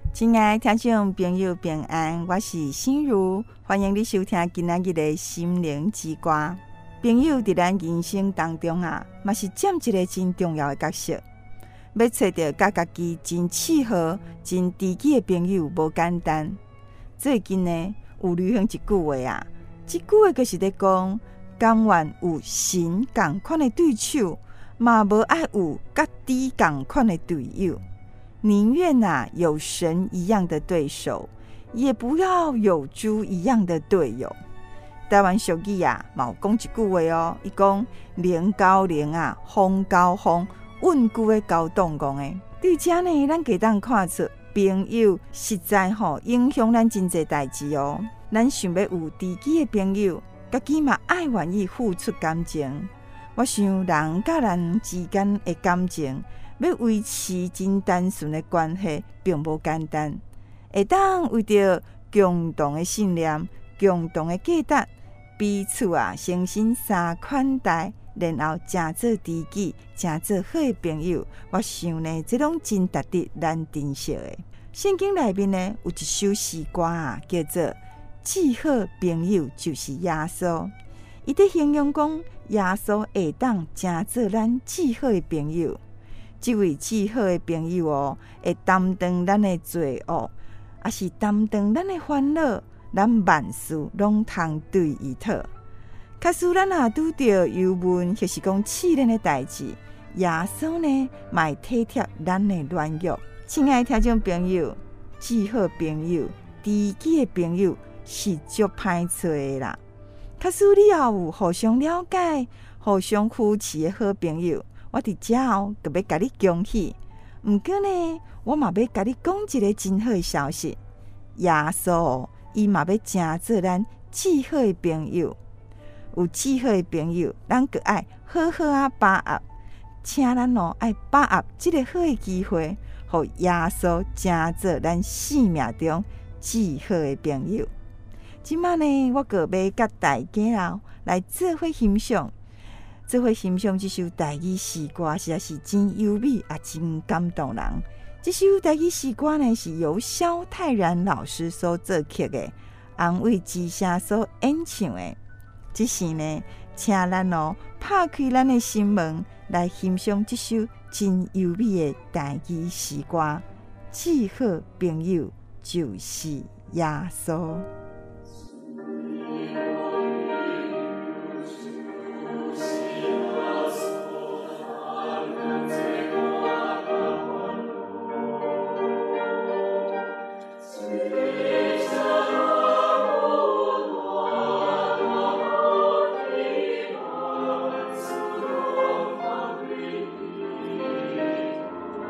亲爱的听众朋友平安，我是心如，欢迎你收听今仔日的心灵之歌。朋友伫咱人生当中嘛是占一个真重要的角色。要找到甲家己真契合、真知己的朋友无简单。最近呢，有流行一句话这句话就是在讲，甘愿有神同款的对手，嘛无爱有甲猪同款的队友。宁愿有神一样的对手，也不要有猪一样的队友。台湾俗语嘛有讲一句话哦，伊讲零交零风交风，稳固的交动讲的。对这呢，咱可当看出朋友实在影响咱真侪代志哦。咱想要有知己的朋友，家己嘛爱愿意付出感情。我想人甲人之间的感情，要维持真单纯的关系，并不简单。会当为着共同的信念、共同的价值，彼此诚心相款待，然后真做知己，真做好的朋友。我想呢，这拢真值得咱珍惜的。圣经内面呢，有一首诗歌叫做《至好朋友就是耶稣》，伊在形容讲，耶稣会当真做咱至好的朋友。这位至好的朋友会担当咱的罪恶，也是担当咱的烦恼，咱万事拢通对伊讨。假使咱拄到忧闷或是讲试炼的代志，耶稣呢，嘛会体贴咱的软弱。亲爱的听众朋友，至好朋友、知己的朋友是足歹找的啦。假使你也有互相了解、互相扶持的好朋友，我伫遮就要甲你恭喜。毋过呢，我嘛要甲你讲一个真好的消息。耶稣伊嘛要真做咱至好的朋友。有至好的朋友，咱就爱好好把握，请咱爱把握这个好的机会，互耶稣真做咱生命中至好的朋友。今晚呢，我个要甲大家来做伙欣赏。这回欣赏这首台语诗歌，实在是真优美也真感动人。这首台语诗歌呢，是由萧泰然老师所作曲的，安慰之声所演唱的。这时呢，请咱拍开咱的心门，来欣赏这首真优美的台语诗歌。至好朋友就是耶稣。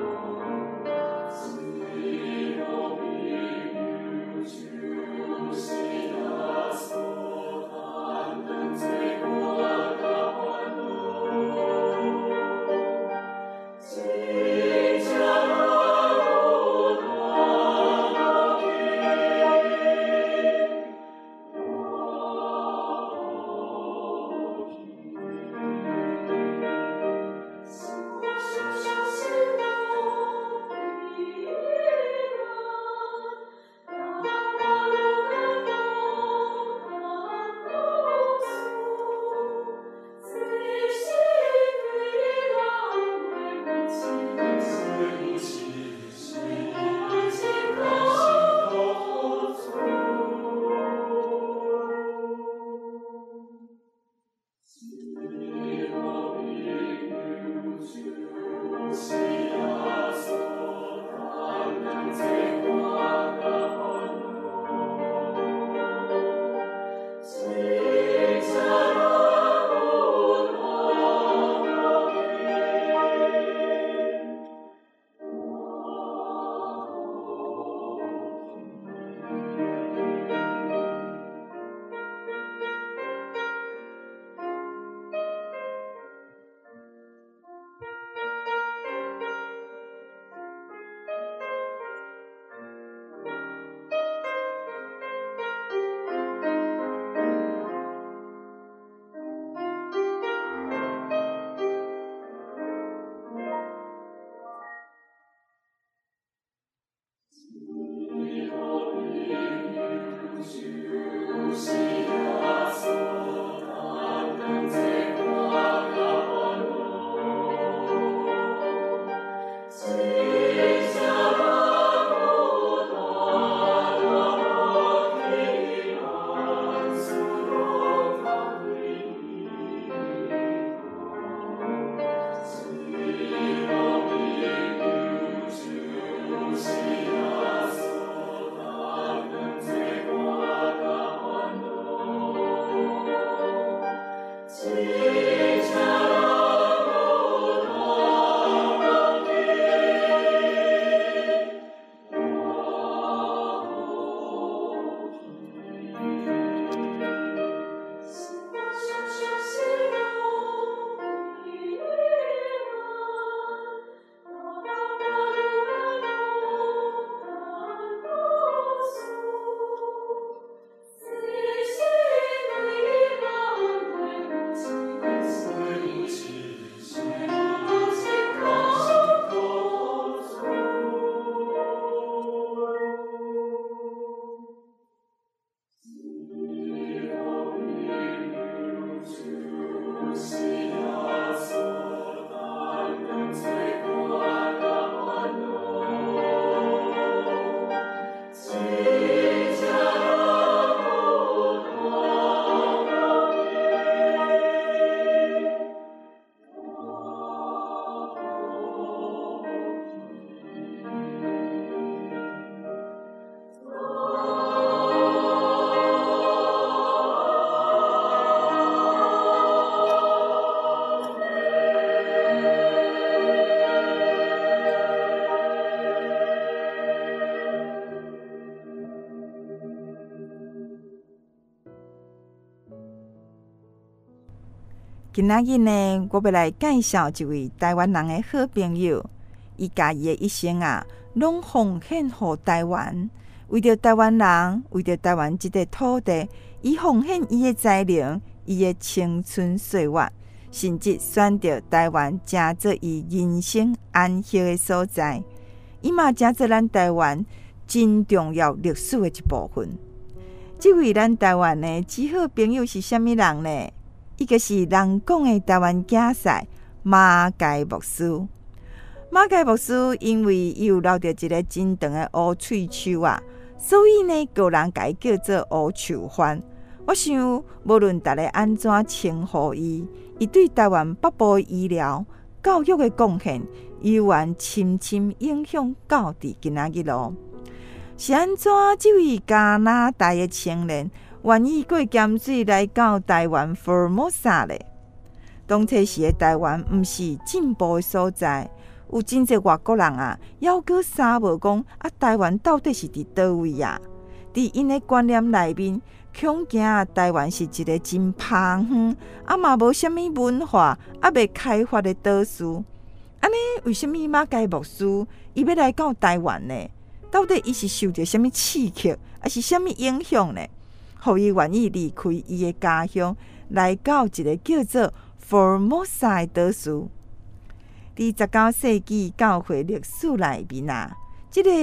是今仔日呢，我要来介绍一位台湾人的好朋友，伊家己的一生拢奉献予台湾，为着台湾人，为着台湾这块土地，伊奉献伊的才能，伊的青春岁月，甚至选择台湾成做伊人生安息的所在。伊嘛成做咱台湾真重要历史的一部分。这位咱台湾的至好朋友是虾米人呢？伊就是人讲的台湾假赛马偕牧师。马偕牧师因为伊有留着一个真长的乌喙鬚所以呢，个人家叫做乌鬚番。我想，无论大家安怎称呼伊，伊对台湾北部的医疗、教育的贡献，依然深深影响到伫今仔日咯。是安怎？这位加拿大的青年愿意过咸水来到台湾福尔摩沙咧？当初时的台湾毋是进步的所在，有真侪外国人要搁三无讲台湾到底是伫倒位伫因的观念内面，恐惊台湾是一个真偏远嘛无啥物文化未开发的岛屿。安尼为什么马偕牧师伊要来到台湾呢？到底伊是受到什么刺激，还是什么影响呢？互伊愿意离开伊的家乡，来到一个叫做福尔摩沙的岛屿。伫19世纪教会历史内面这个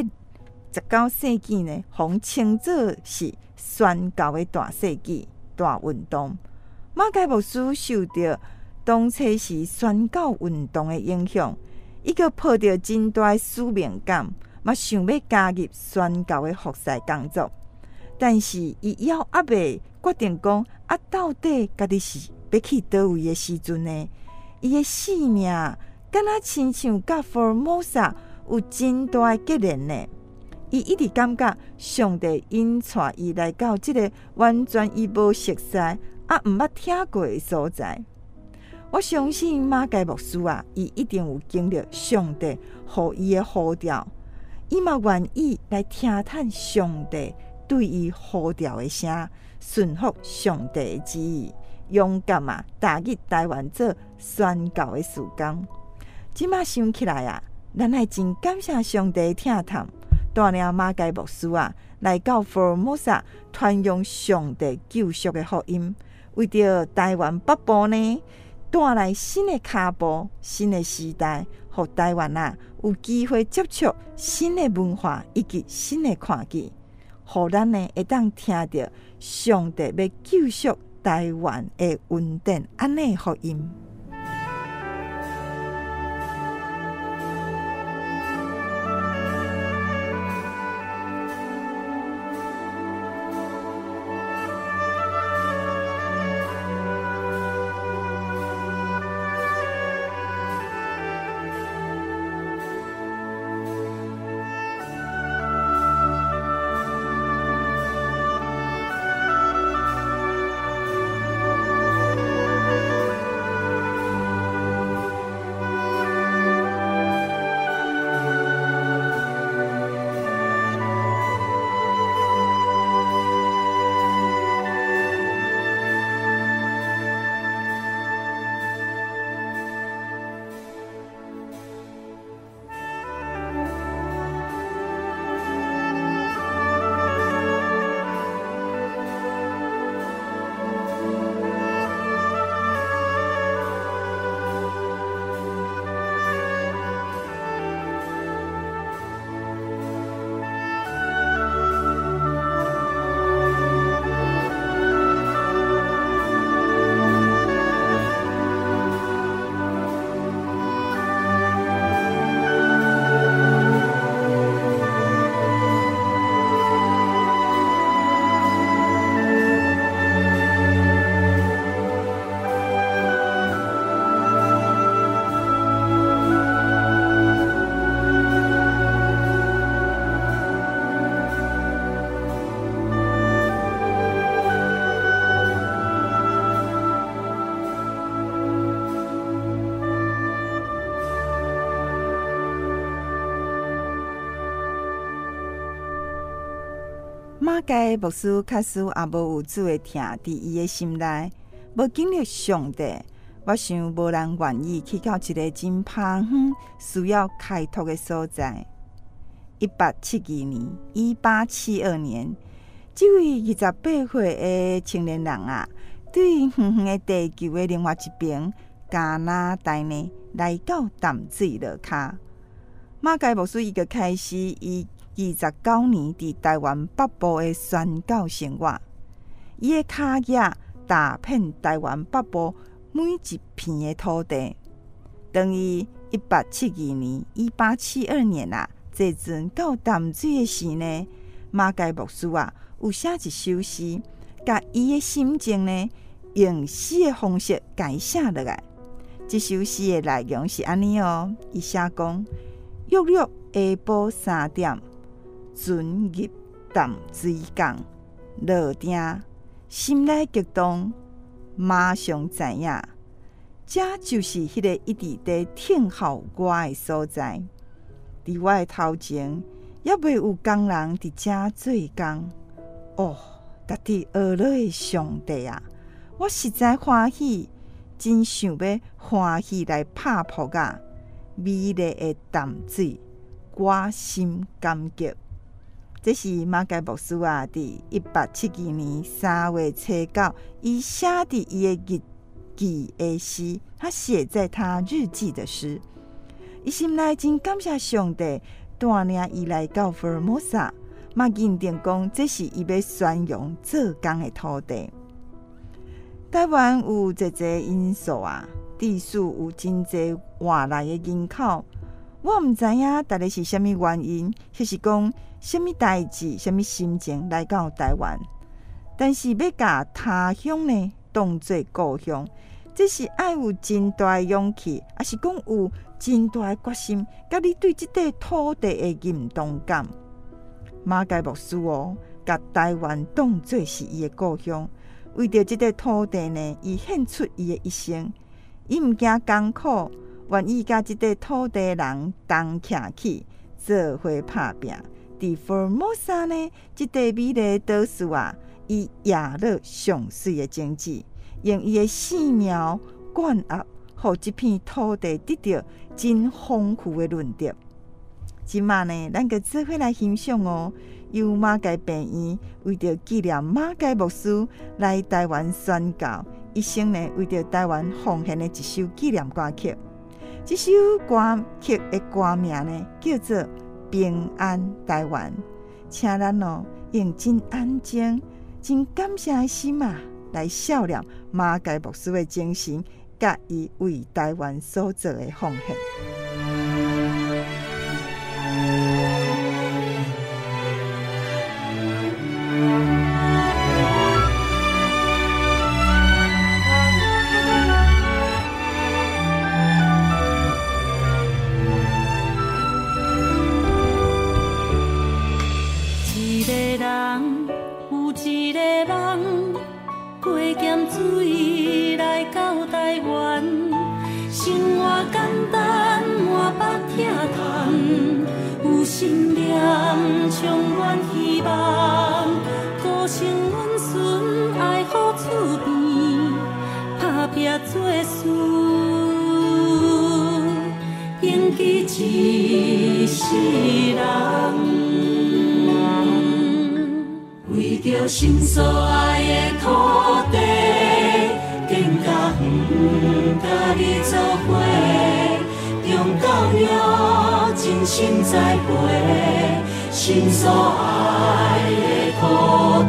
19世纪呢，互称作是宣教的大世纪、大运动。马偕牧师受到当初是宣教运动的影响，伊个抱着真大的使命感，嘛想要加入宣教的服侍工作。但是伊未决定讲到底家己是要去倒位的时阵呢，伊的性命敢若亲像甲福尔摩沙有真大的结连呢。伊一直感觉上帝引带伊来到这个完全伊无熟悉毋捌听过的所在。我相信马偕牧师伊一定有经历上帝予伊的呼召，伊嘛愿意来听探上帝对伊呼召的声，顺服上帝的旨意，勇敢踏入台湾做宣教的事工。即马想起来咱还真感谢上帝的听探，带领马偕牧师来到福尔摩沙，传扬上帝救赎的福音，为着台湾北部呢，带来新的脚步、新的时代，互台湾有机会接触新的文化以及新的看见，互咱呢会当听到上帝要救赎台湾的恩典安尼的福音。马偕牧师确实也无有主的疼伫伊的心内，无经历上帝我想无人愿意去到一个真偏远、需要开拓的所在。1872年，这位28岁的青年人啊，对远远的地球的另外一边加拿大呢，来到淡水落脚。马偕牧师伊就开始伊29年伫台湾北部的宣教生活，伊的脚业打遍台湾北部每一片的土地。当伊1872年、1872年啊，这阵到淡水的时呢，马偕牧师啊，有写一首诗，甲伊的心情呢，用诗的方式改写落来。这首诗的内容是安尼哦，伊写讲：约略下晡3点，船入淡水港，落定，心内激动，马上知影，这就是迄个一直在听候我的所在。伫我的头前，也未有工人伫遮做工。哦，值得学落的上帝啊！我实在欢喜，真想要欢喜来拍扑啊！美丽的淡水，我心感激。这是马偕牧师啊，伫1872年3月初9，伊写伫伊的日记的诗，他写在他日记的诗。伊心内真感谢上帝带领伊来到福尔摩沙，嘛认定讲这是伊要宣扬做工的土地。台湾有侪侪因素啊，地属有真侪外来的人口。我毋知影大概是虾米原因，或是讲虾米代志、虾米心情来到台湾，但是要甲他乡呢当作故乡，这是爱有真大的勇气，也是讲有真大的决心，甲你对这块土地的认同感。马偕牧师哦，甲台湾当作是伊的故乡，为着这块土地呢，伊献出伊的一生，伊毋惊艰苦。愿意甲这块土地的人同徛起，做伙打拼。伫福尔摩沙呢，这块美丽的岛屿啊，伊野落上水的种子，用伊的细苗灌压，互这片土地得到真丰富的润泽。即马呢，咱个做伙来欣赏哦。由马偕病院为着纪念马偕牧师来台湾宣教，一生呢为着台湾奉献的一首纪念歌曲。这首歌曲的歌名呢，叫做《平安台湾》。请咱用真安静、真感谢的心啊，来孝念马偕牧师的精神，甲伊为台湾所做的奉献。 一世人，为着心所爱的土地，更甲远甲你做伙，用教育真心栽培，心所爱的土地，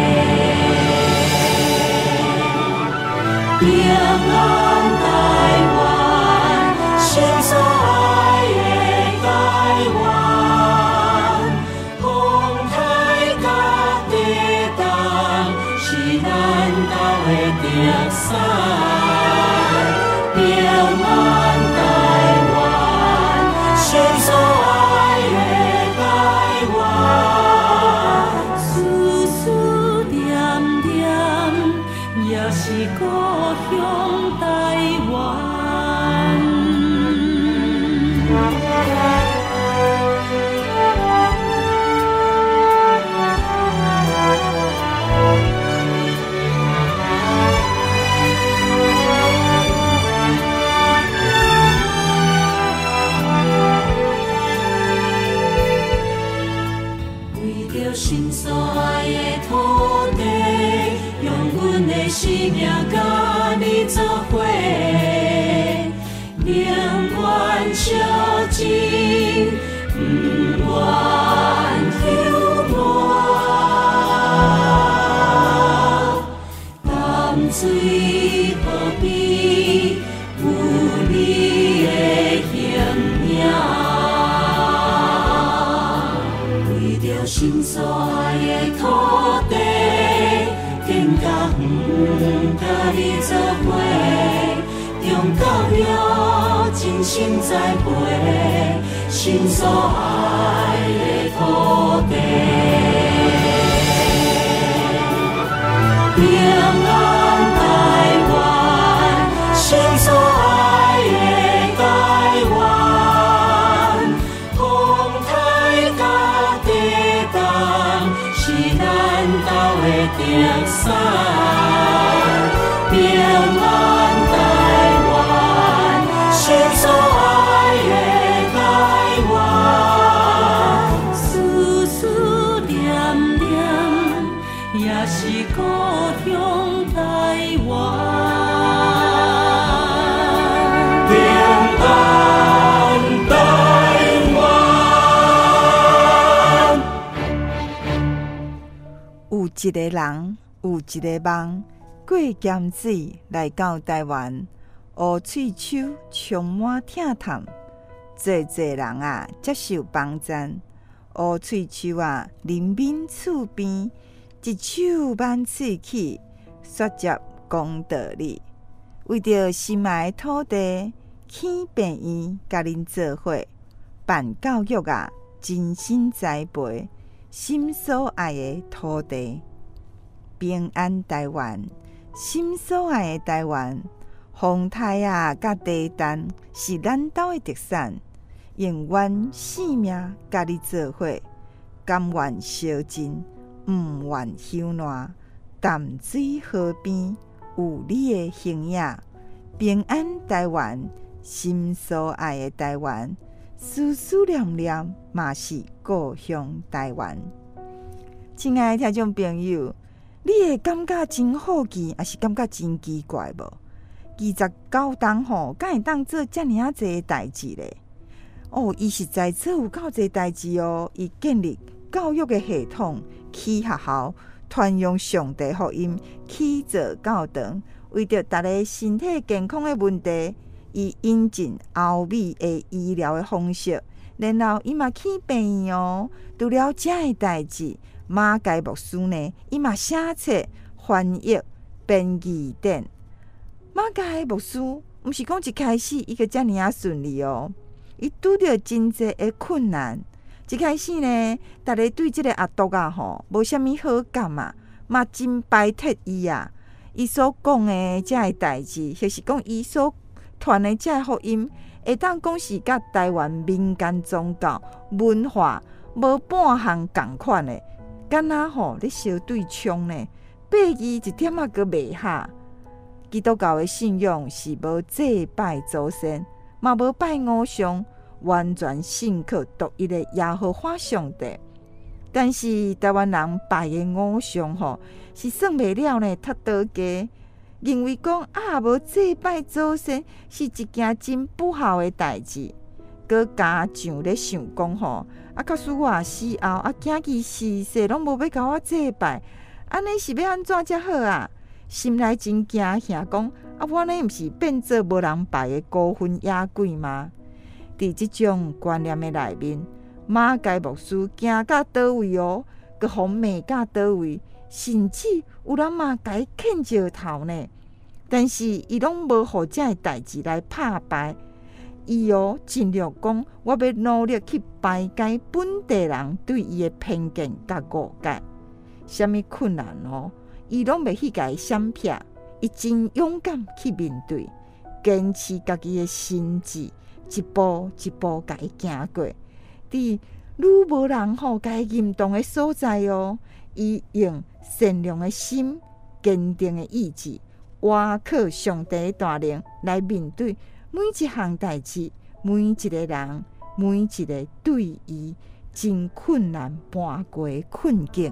平安台湾，心所爱。平安台湾，心所爱的台湾，丝丝点点，也是故乡台湾。 心所爱的土地，用阮的生命甲你作伙，宁愿烧尽，不愿休满。淡水河边有你的形影，为着心所爱的土地，更甲远甲你作伙，用教育真心栽培心所爱的土地。平安台湾，心所爱的台湾，风台甲地动是咱斗的特产。平安台湾，心所爱的台湾，思思念念也是故乡台湾。平安台湾。 有一个人，有一个梦，过咸水来到台湾，乌喙手充满疼痛，侪人啊接受帮赞。乌喙手啊，人面厝边，一手挽喙齿，说接讲道理。为着心爱的土地，起病院甲恁做伙，办教育啊，真心栽培心所爱的土地。平安台湾，心所爱的台湾，风台啊甲地蛋是咱岛的特产，用阮性命甲你做伙，甘愿烧尽，不愿休烂。淡水河边有你的形影，平安台湾，心所爱的台湾，思思念念嘛是故乡台湾。亲爱的听众朋友，你会感觉真好奇，还是感觉真奇怪无？29冬吼，敢会当做遮尔啊侪的代志咧？哦，伊实在做有够侪代志哦。伊建立教育的系统，起学校，传扬上帝福音，起做教堂，为着大家身体健康的问题，伊引进欧美的医疗的方式，然后伊嘛去病院哦。除了遮的代志，马偕牧师呢，伊嘛写册、翻译、编字典。马偕牧师毋是讲一开始伊个遮尔啊顺利哦，伊拄着真济的困难。一开始呢，大家对即个阿毒啊吼，无啥物好感啊，嘛真排斥伊啊。伊所讲的遮个代志，或是讲伊所传的遮个福音，会当讲是甲台湾民间宗教文化无半项共款的。敢若吼咧相对冲呢，八字一点仔阁袂下。基督教的信仰是无祭拜祖先，嘛无拜偶像，完全信靠独一的耶和华上帝。但是台湾人拜的偶像吼，是算袂了呢，太多家认为讲啊，无祭拜祖先是一件真不好的代志。搁加上咧想讲吼，啊，假使我死后啊，囝儿逝世拢无要甲我祭拜，安尼是要安怎才好啊？心内真惊吓，讲啊，我呢毋是变做无人拜的孤魂野鬼吗？伫即种观念的内面，马偕牧师行到倒位哦，佮互骂到倒位，甚至有人嘛甲伊牵石头呢。但是伊拢无互遮个代志来拍败。伊哦，尽量讲，我要努力去排解本地人对伊的偏见甲误解。什么困难哦，伊拢袂去甲伊闪避，伊真勇敢去面对，坚持家己的心志，一步一步甲伊行过。伫愈无人吼甲伊认同的所在哦，伊用善良的心、坚定的意志，倚靠上帝的大能来面对每一项代志，每一个人，每一个对伊真困难搬过的困境。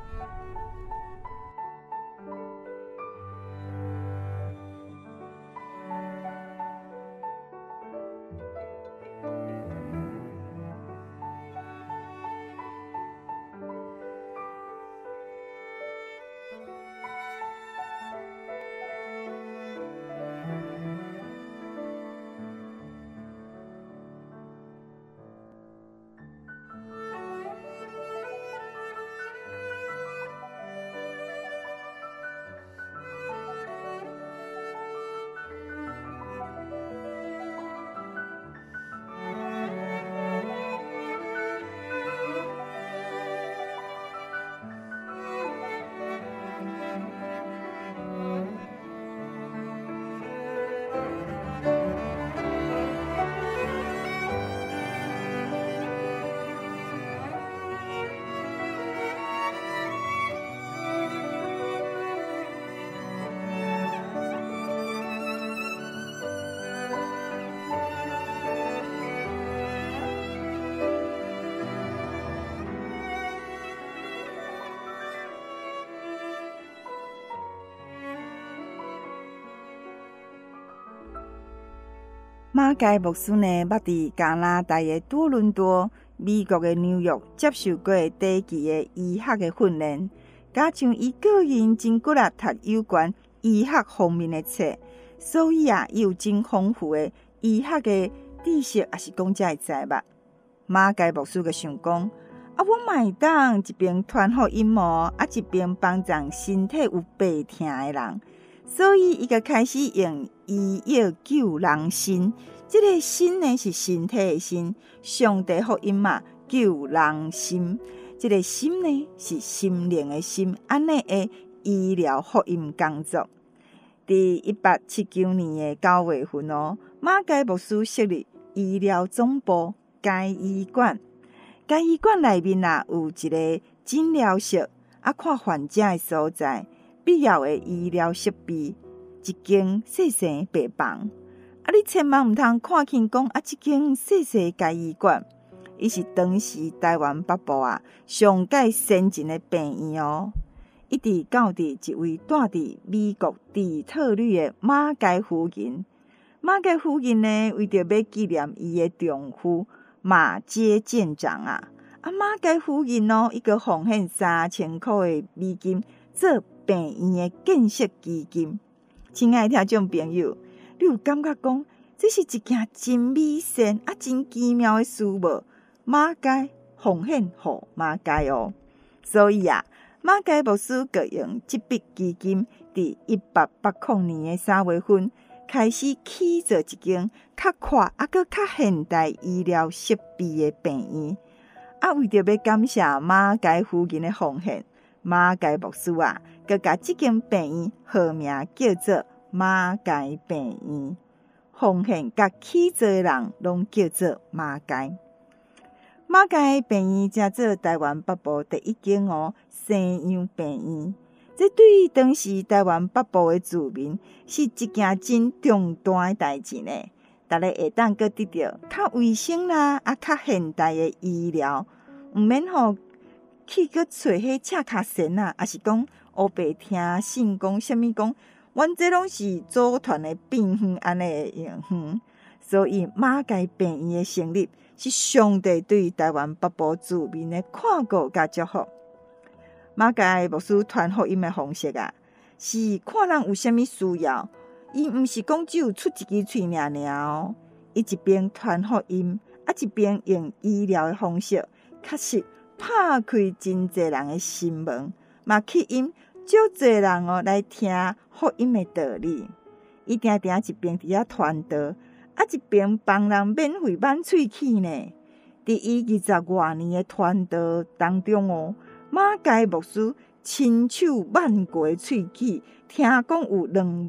马偕牧师呢，捌伫加拿大的多伦多、美国的纽约接受过短期的医学的训练，加上伊个人真骨力读有关医学方面的册，所以伊有真丰富的医学的知识，也是讲才会知捌。马偕牧师就想讲，我嘛会当一边传福音幕，一边帮助身体有病痛的人。所以，伊就开始用医药救人心。这个心呢是身体的心，上帝福音嘛救人心。这个心呢是心灵的心，安尼的医疗福音工作。伫1879年的9月份马偕牧师设立医疗总部该医馆。该医馆内面有一个诊疗室，看患者的所在。必要的医疗设备，一间细细的病房。你千万唔通看轻讲这间细细的医馆，伊是当时台湾北部上界先进的病院一直到伫一位住伫美国底特律的马偕夫人。马偕夫人呢，为着要纪念伊的丈夫马偕舰长马偕夫人伊个奉献3000块的美金做病院的建设基金。亲爱的听众朋友，你有感觉讲这是一件真美善真奇妙的事无？马偕奉献给马偕所以马偕牧师就用这笔基金，伫1880年的3月份开始起造一间较快搁较现代医疗设备的病院。为着要感谢马偕夫人的奉献，马偕牧师佮把这间病院号名叫做马偕病院，奉献甲起造的人拢叫做马偕。马偕病院才做台湾北部第一间西洋病院，这对于当时台湾北部的居民是一件真重大的代志呢。大家会当佮得到较卫生较现代的医疗，毋免去佮找迄赤脚神还是讲乌白听信讲啥物讲，阮这拢是组团的病院安尼的用所以马偕病院的成立是上帝对台湾北部居民的看顾甲祝福。马偕牧师传福音的方式是看人有啥物需要，伊毋是讲只有出一支喙尔伊一边传福音，一边用医疗的方式，确实拍开真侪人的心门，嘛吸引足侪人来听福音的道理。伊定定一边伫遐传道，一边帮人免费挽喙齿呢。伫伊20多年的传道当中马偕牧师亲手挽过喙齿，听讲有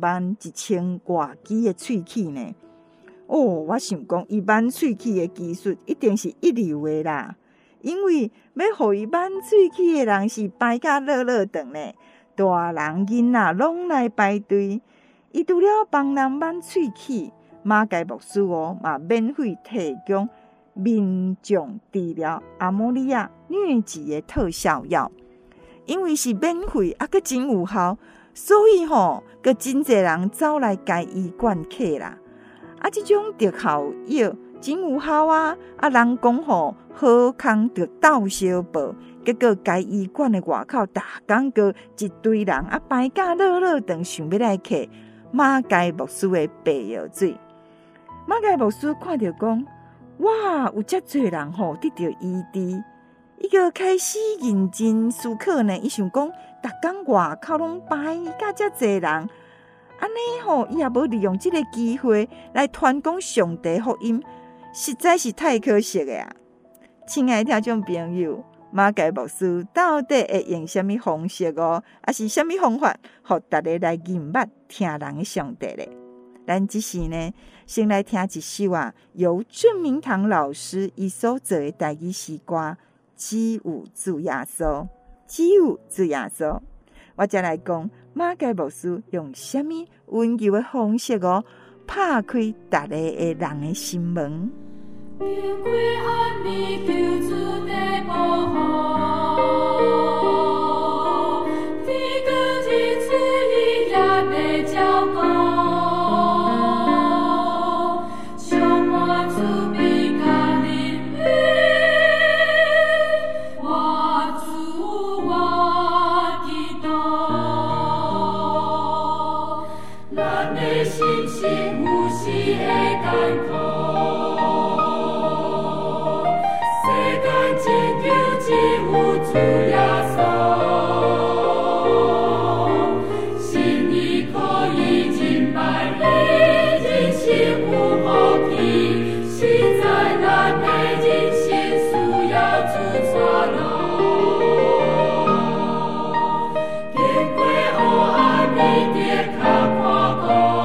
21000外支的喙齿呢。我想讲伊挽喙齿的技术一定是一流的啦。因为要互伊挽喙齿的人是排甲落长呢，大人囡仔拢来排队。伊除了帮人挽喙齿，马偕牧师嘛免费提供民众治疗阿摩尼亚疟疾的特效药，因为是免费啊，佮真有效，所以佮真侪人走来该医馆客啦。啊，这种特效药真有效啊！啊，人讲好康着斗相报，结果该医馆的外口大讲个一堆人啊，排甲乐乐等想要来客马偕牧师的白药水。马偕牧师看到讲，哇，有遮侪人得到医治，伊就开始认真思考呢。伊想讲，逐工外口拢排甲遮侪人，安尼伊也无利用这个机会来传讲上帝福音，实在是太可惜了啊！亲爱的听众朋友，马偕牧师到底会用什么方式还是什么方法，互大家来认捌听人的上帝呢？咱这时呢，先来听一首由郑明堂老师伊所做的台语诗歌《只有主耶稣》，只有主耶稣。我再来讲，马偕牧师用什么温柔的方式拍开大家的人的心门。 经过暗暝，求主的保护，天光日出，伊也在照顾。主耶穌，心意可以敬拜你，人生有福氣，實在咱的人生需要主帶路。經過黑暗你的腳看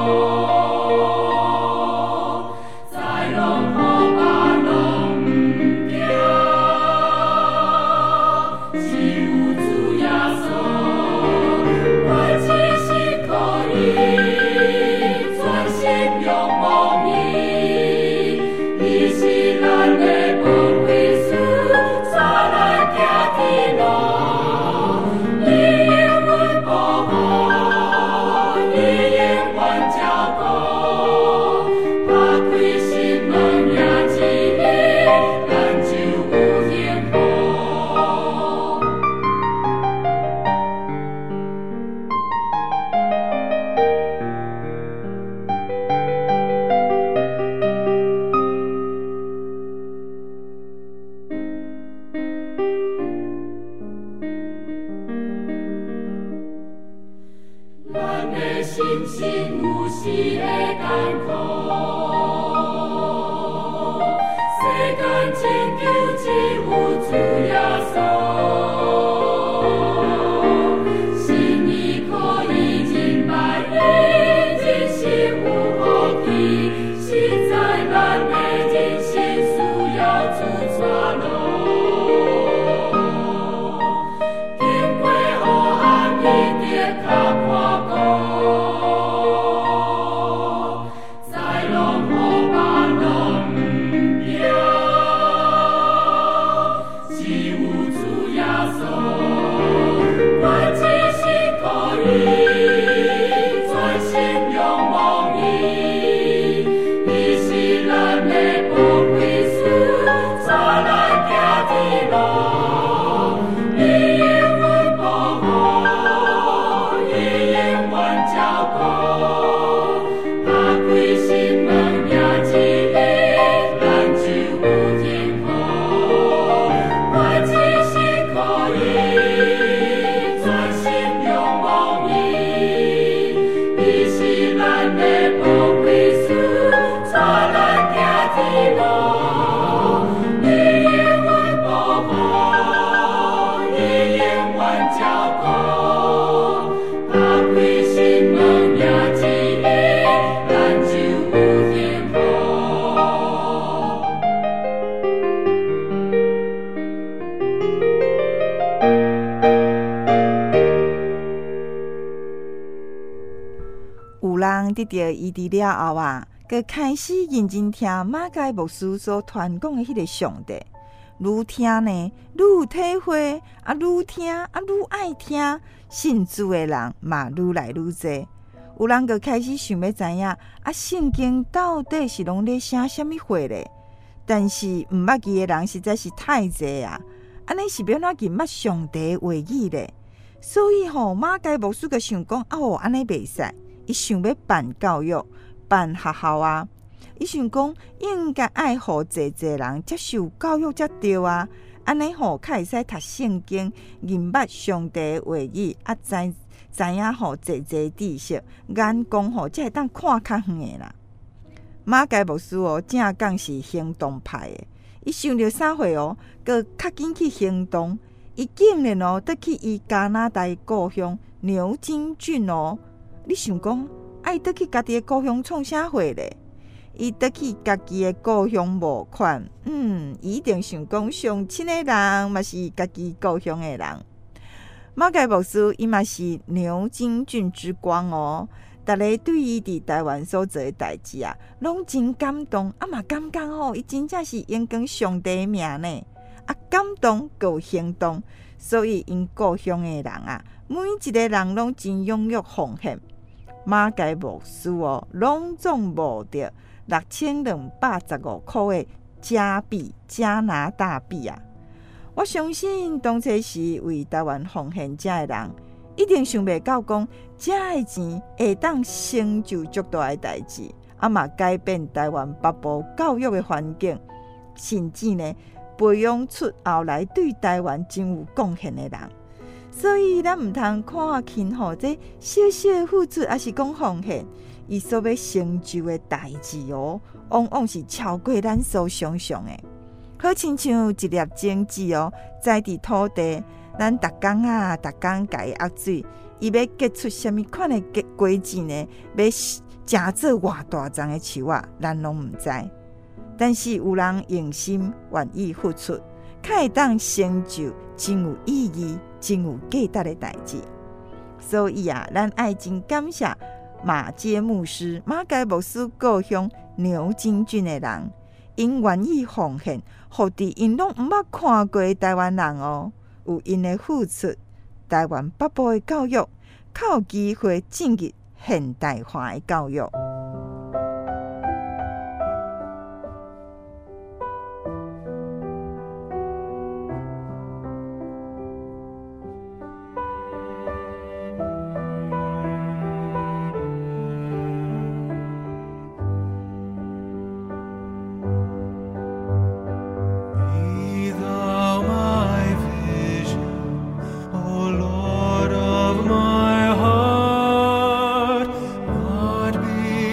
過，在龍河巴龍橋。 得到医治了后佮开始认真听马偕牧师所传讲的迄个上帝。愈听呢，愈有体会，愈听愈爱听，信主的人嘛愈来愈多。有人佮开始想要知影，圣经到底是拢咧写什么话咧？但是毋捌记的人实在是太侪啊！安尼是要怎认捌上帝的话语咧？所以马偕牧师佮想讲，安尼袂使，伊想要办教育、办学校啊。伊想讲，应该爱互侪人接受教育才对啊！安尼较会使读圣经，认捌上帝的话语，知影侪知识，眼光才会当看较远的啦。马偕牧师正讲是行动派的，伊想到啥货佮较紧去行动。伊竟然得去伊加拿大故乡牛津郡你想讲，爱得去家己的故乡创啥货咧？伊得去家己的故乡募款，伊一定想讲上亲的人嘛是家己故乡的人。马偕牧师伊嘛是牛津郡之光大家对伊伫台湾所做的代志拢真感动，嘛感觉伊真正是荣光上帝的名呢。感动有行动，所以因故乡的人每一个人拢真踊跃奉献。马偕牧师隆重募得6215块的加拿大币我相信当初时为台湾奉献这的人，一定想袂到讲这的钱会当成就足大的代志，嘛改变台湾北部教育的环境，甚至呢培养出后来对台湾真有贡献的人。所以咱毋通看轻这小小付出，还是讲奉献，伊所要成就的代志往往是超过咱所想象的。好亲像一粒种子栽伫土地，咱逐工甲伊压水，伊要结出什么款的果子呢？要成做偌大丛的树咱拢毋知。但是有人用心愿意付出，才会当成就真有意义、真有价值的代志。所以咱爱真感谢马偕牧师、马偕牧师故乡牛津郡的人，因愿意奉献，互伫因拢毋捌看过的台湾人有因的付出，台湾北部的教育较有机会进入现代化的教育。 Not be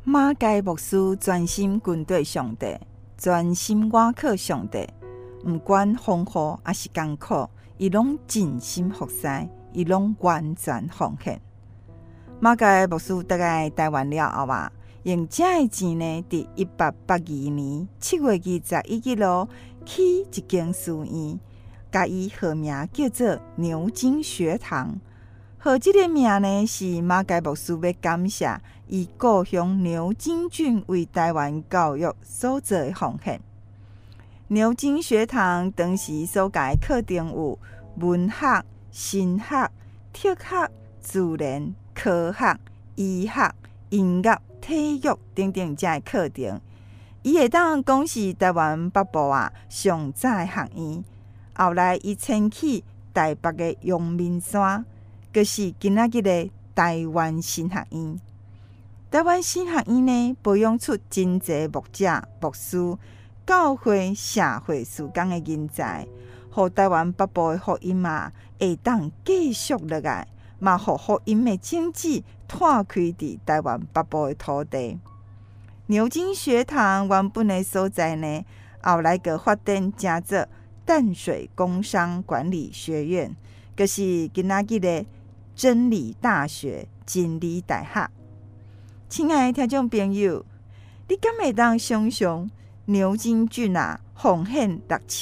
马偕牧师专心跟对上帝，专心倚靠上帝，毋管风雨还是艰苦，伊拢尽心服侍，伊拢完全奉献。马偕牧师倒来台湾了后啊，用这的钱呢，伫1882年7月21日起一间书院，甲伊号名叫做牛津学堂。号这个名呢，是马偕牧师要感谢以故乡牛津郡为台湾教育所做的奉献。牛津学堂当时所教的课程有文学、神学、哲学、自然、科学、医学、音乐、体育等等这些课程。伊会当讲是台湾北部上早的学院。后来伊迁去台北的阳明山，就是今仔日的台湾新学院。台湾新学院呢，培养出真侪牧者、牧师、教会、社会事工的人才，互台湾北部的福音会当继续落来，嘛互福音的种子拓开伫台湾北部的土地。牛津学堂原本的所在呢，后来个发展成做淡水工商管理学院，就是今仔日的真理大学、真理大学。亲爱的听众朋友，你敢会当想象牛津郡奉献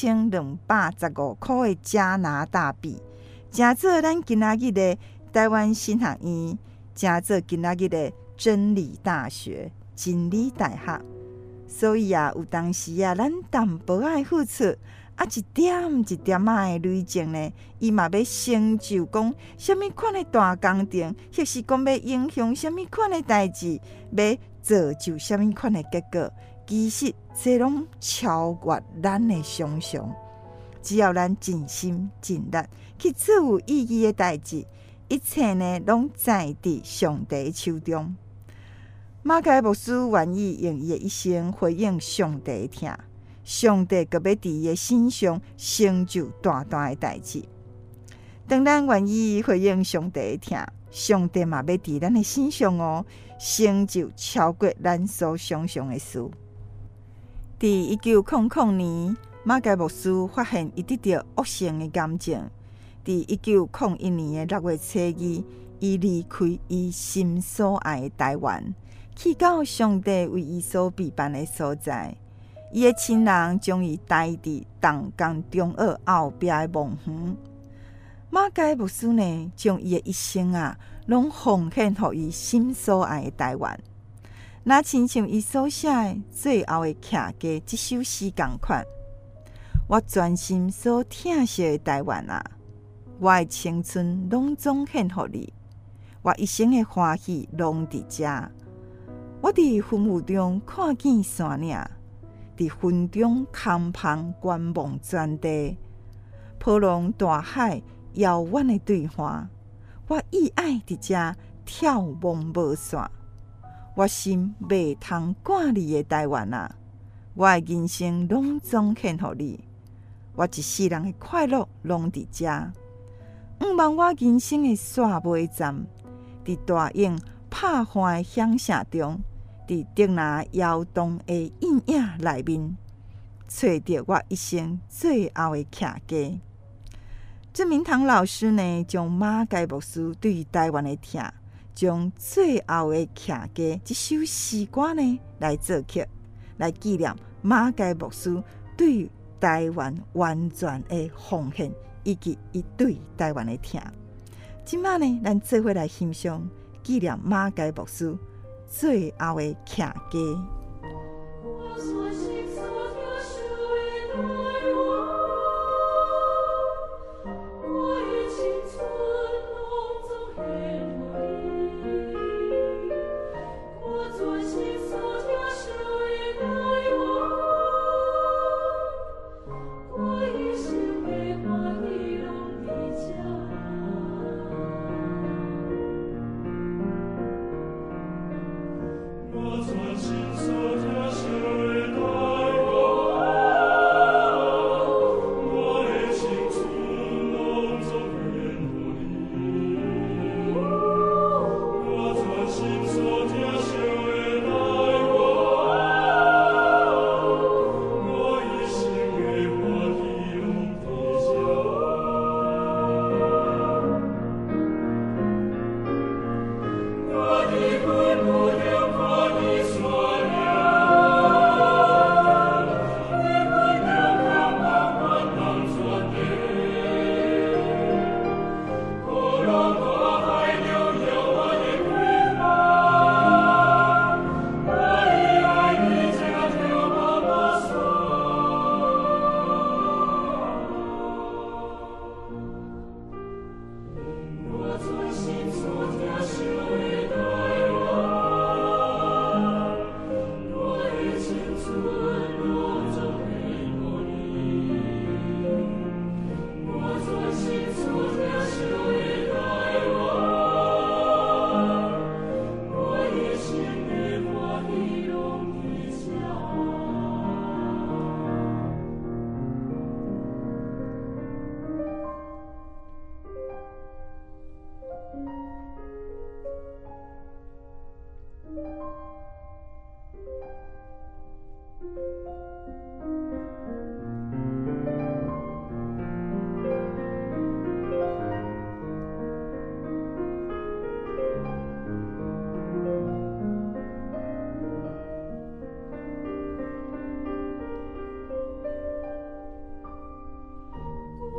6215块的加拿大币，成做咱今仔日的台湾新学院，成做今仔日的真理大学、真理大学。所以有当时咱淡薄仔付出，一点一点的累积呢，伊嘛要成就讲什么款的大工程，或是讲要影响什么款的代志，要造就什么款的结果。其实这拢超越咱的想象。只要咱尽心尽力去做有意义的代志，一切呢拢在伫上帝手中。马偕牧师愿意用伊的一生回应上帝的听。上帝阁要伫伊的身上成就大大的代志。当咱愿意回应上帝的听，上帝嘛要伫咱的身上成就超过咱所想象的事。伫1900年，马偕牧师发现伊得到恶性的癌症。伫1901年6月7日，伊离开伊心所爱的台湾，去到上帝为伊所备办的所在。伊的亲人将伊带伫东港中学后壁的墓园。马偕牧师呢，将伊的一生拢奉献予伊心所爱的台湾。那亲像伊所写的最后的客家这首诗同款，我专心所疼惜的台湾我的青春拢总献予你，我一生的欢喜拢伫遮。我伫云雾中看见山岭，伫云中空旁观望全地，波浪大海遥远的对话，我意爱伫遮眺望无线。我心袂通赶你的台湾我的人生拢总献予你，我一世人的快乐拢伫遮。毋望我人生的煞尾站，伫大影拍欢的响声中，伫竹林摇动的印影内面，找到我一生最后的客家。郑明堂老师呢，将马偕牧师对台湾的疼，将最后的客家这首诗歌呢来作曲，来纪念马偕牧师对台湾完全的奉献，以及伊对台湾的疼。今晚呢，咱做伙来欣赏纪念马偕牧师最后的客家。 我专心所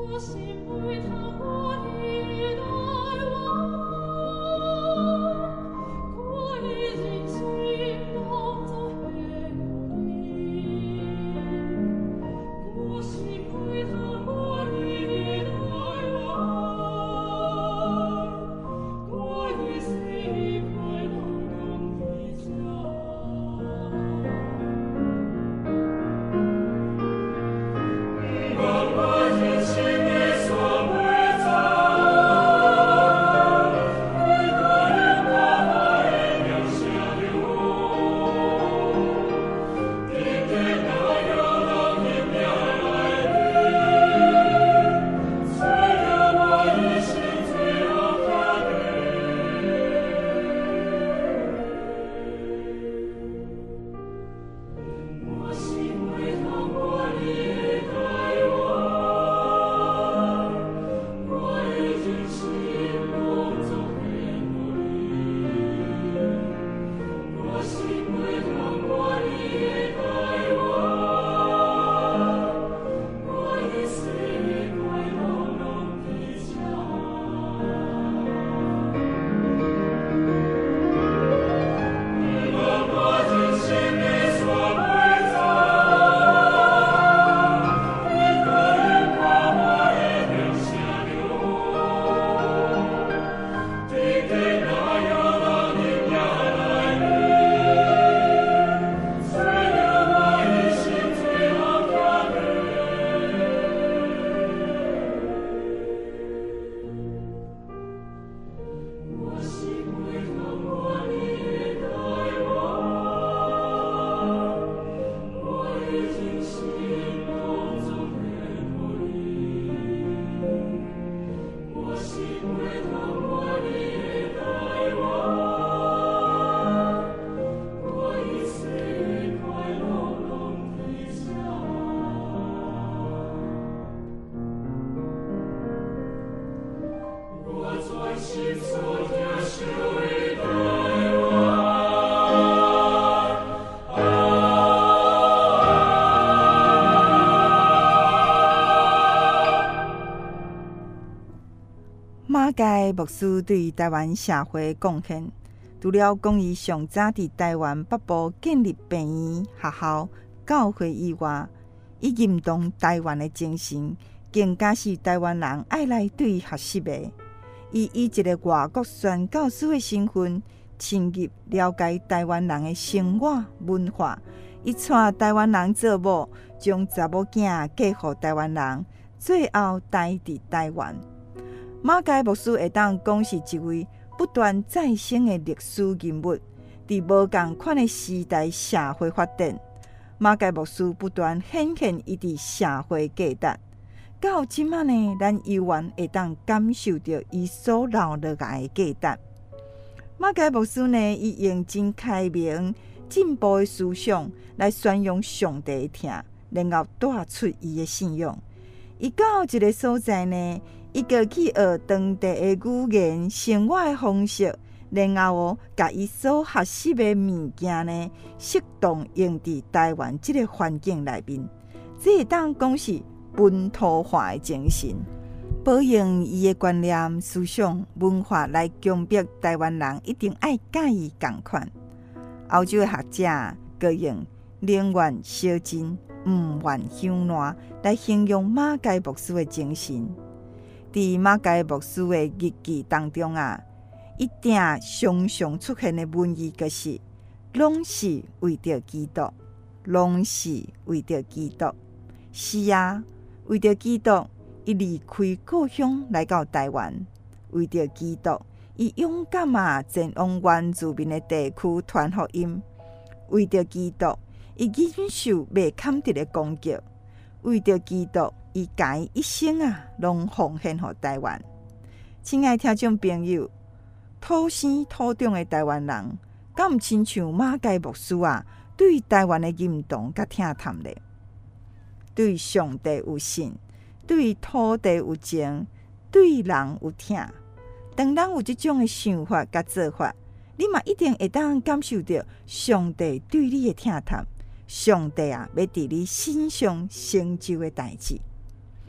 马偕牧师对台湾社会贡献，除了讲伊上早伫台湾北部建立病院、学校、教会以外，伊认同台湾的精神，更加是台湾人爱来对伊学习的。伊以一个外国宣教师的身份，深入了解台湾人的生活文化。伊带台湾人做某，将查某囝嫁予台湾人，最后待伫台湾。马偕牧师会当讲是一位不断再生的历史人物，伫无共款的时代社会发展，马偕牧师不断显现伊伫社会价值。到即仔呢，咱犹原会当感受到伊所留落来的价值。马偕牧师呢，伊用真开明、进步的思想来宣扬上帝的听，然后带出伊的信仰。伊到一个所在呢，伊就去学当地的语言、生活的方式，然后甲伊所学习的物件呢，适当用伫台湾这个环境内面，这会当讲是本土化的精神，保用伊的观念、思想、文化来强迫台湾人一定爱甲伊同款。欧洲的学者各用宁愿烧真，毋愿香烂来形容马偕牧师的精神。伫马偕牧师的日记当中啊，一定常常出现的文字就是拢是为着基督，拢是为着基督。是啊，为着基督，伊离开故乡来到台湾；为着基督，伊勇敢前往原住民的地区传福音；为着基督，伊忍受未堪得的攻击；为着基督，伊家一生拢奉献给台湾。亲爱听众朋友，土生土长的台湾人，敢毋亲像马偕牧师对台湾的认同甲疼探咧？对上帝有信，对土地有情，对人有疼。当咱有这种的想法甲做法，你嘛一定会当感受到上帝对你的疼探。上帝要伫你身上成就的代志。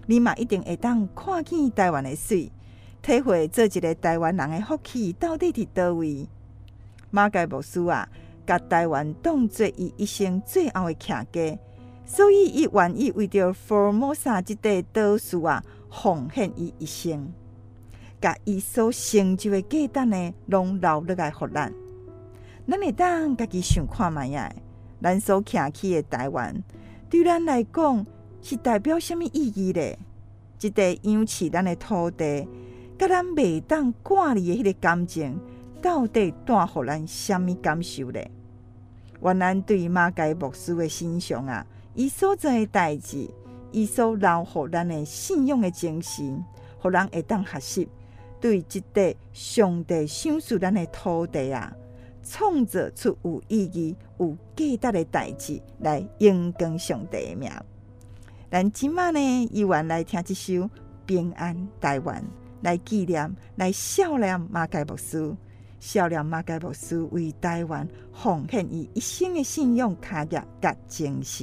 你嘛一定会当看见台湾的水，体会做一个台湾人的福气到底伫倒位。马偕牧师啊，甲台湾当作伊一生最后的徛家，所以伊愿意为着福尔摩沙这块岛屿啊，奉献伊一生，甲伊所成就的价值呢，拢留落来互咱。咱会当家己想看卖啊，咱所徛起的台湾，对咱来讲是代表什么意义咧？这块养饲咱的土地，甲咱袂当挂离的迄个感情，到底带互咱什么感受咧？愿咱对马偕牧师的欣赏啊，伊所做的代志，伊所留互咱的信仰的精神，互人会当学习，对这块上帝赏赐咱的土地啊，创造出有意义、有价值的代志，来荣光上帝的名。咱今晚呢，依然来听这首《平安台湾》，来纪念、来孝念马偕牧师，孝念马偕牧师为台湾奉献伊一生的信仰、脚业甲精神。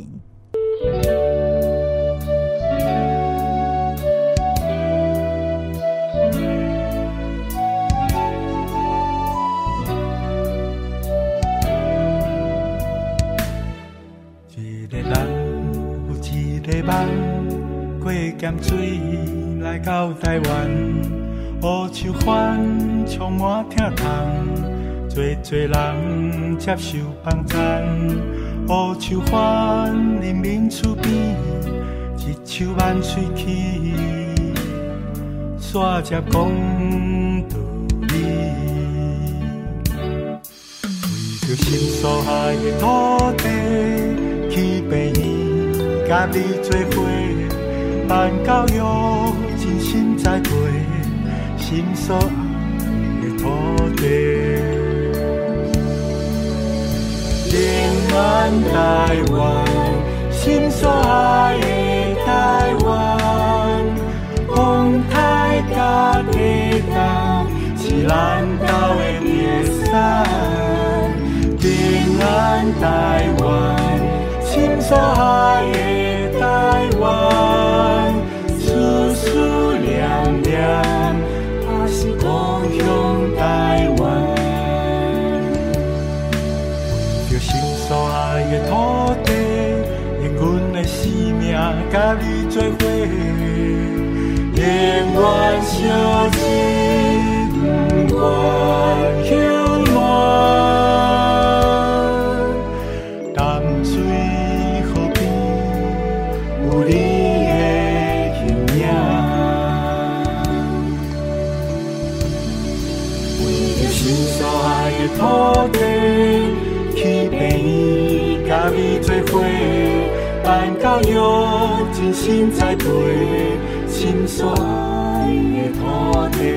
一个人有一个梦，过咸水来到台湾，乌树番充满疼痛，多人接受帮衬。乌树番人民厝边，一树万水起，煞接讲道理。为着心所爱的土地，去病院甲你做伙，办教育真心栽培，心所爱的土地。平安台湾，心所爱的台湾，风台甲地动，是咱岛的名产。平安台湾，心所爱的台湾，丝丝凉凉，它是故乡台湾。为着心所爱的土地，用阮的生命甲你做伙，永远相信，不愿休满。淡水河边有你的形影，为着心所爱的土地，去病院甲你做伙，办教育真心栽培，心所爱的土地，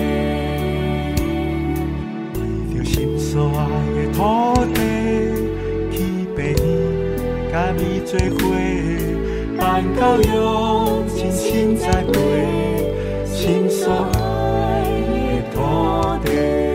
为着心所爱的土地。甲你做伙，办教育真心栽培，心所爱的土地。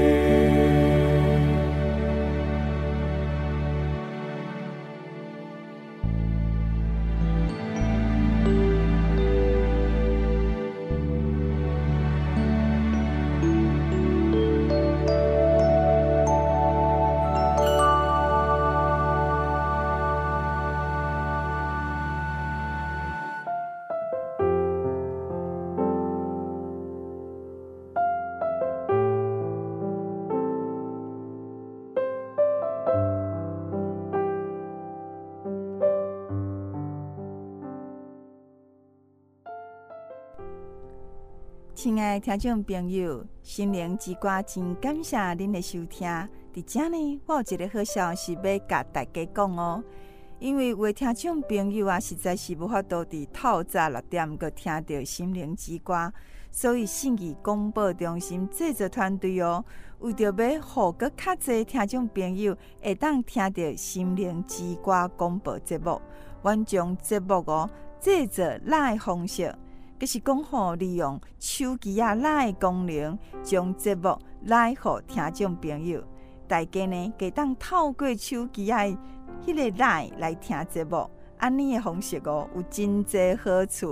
亲爱的听众朋友，心灵之歌真感谢恁的收听。伫这呢，我有一个好消息要甲大家讲哦。因为有的听众朋友啊，实在是无法度伫透早6点个听到心灵之歌，所以信义广播中心制作团队哦，为着要互搁较侪听众朋友会当听到心灵之歌广播节目，阮将节目哦制作咱的方式。就是讲吼，利用手机啊拉的功能，将节目拉互听众朋友。大家呢，可当透过手机啊迄个拉来听节目，安尼的方式哦，有真侪好处。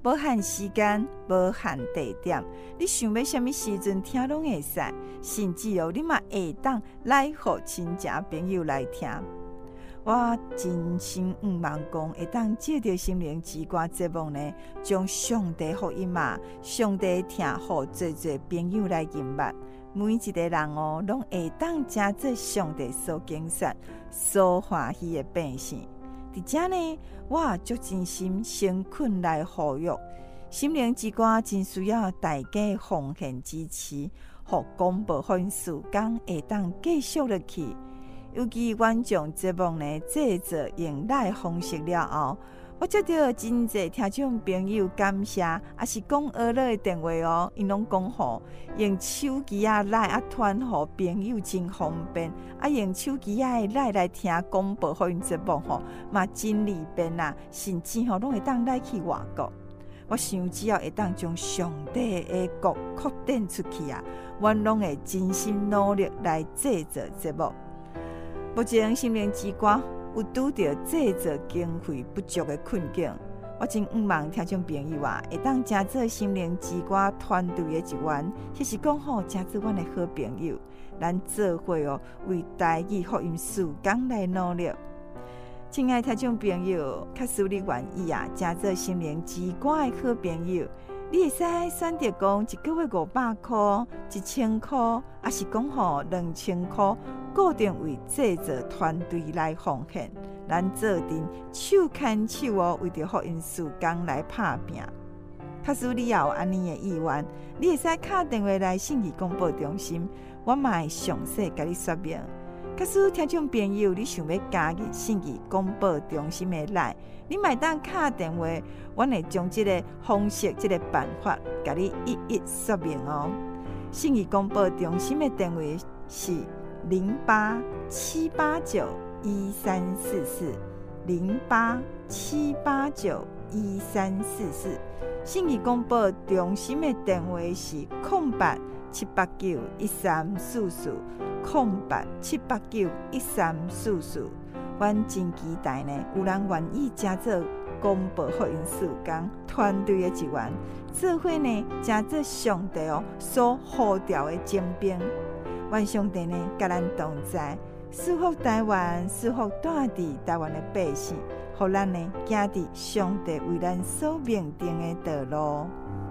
无限时间，无限地点，你想要什么时阵听拢会使，甚至你嘛会当来互亲戚朋友来听。我真心望讲，会当借着心灵之歌节目呢，将上帝福音嘛，上帝听互侪朋友来明白。每一个人拢会当真做上帝所拣选、所欢喜的百姓。伫遮呢，我足真心诚恳来呼吁，心灵之歌真需要大家奉献支持，互广播福音事工会当继续落去。尤其阮将节目呢制作用来方式了后，我接到真侪听众朋友感谢，也是讲学了的电话因拢讲吼，用手机来传互朋友真方便，用手机来听广播福音节目吼，嘛真利便啦，甚至拢会当来去外国。我想只要会当将上帝的国扩展出去阮拢会真心努力来制作节目。目前心灵之歌有拄到制作经费不足的困境，我真望听众朋友会当真做心灵之歌团队的一员，或是讲好真做阮的好朋友，咱做伙为台语福音事工来努力。亲爱听众朋友，假使你愿意真做心灵之歌的好朋友，你会使选择讲一个月500块、1000块，还是讲好2000块，固定为制作团队来奉献。咱做阵手牵手为着福音事工来打拼。假使你也有安尼的意愿，你会使打电话来信义广播中心，我嘛会详细甲你说明。假使听众朋友你想要加入信义广播中心的来，你嘛当打电话，我会将这个方式、这个办法，甲你一一说明信义广播中心的电话是08-789-1344，08-789-1344。信义广播中心的电话是08-789-1344，08-789-1344。阮真期待呢，有人愿意加做广播福音事工团队的一员，做伙呢加做上帝所呼召的精兵。愿上帝呢，甲咱同在，赐福台湾，赐福住伫台湾的百姓，互咱呢行伫上帝为咱所命定的道路。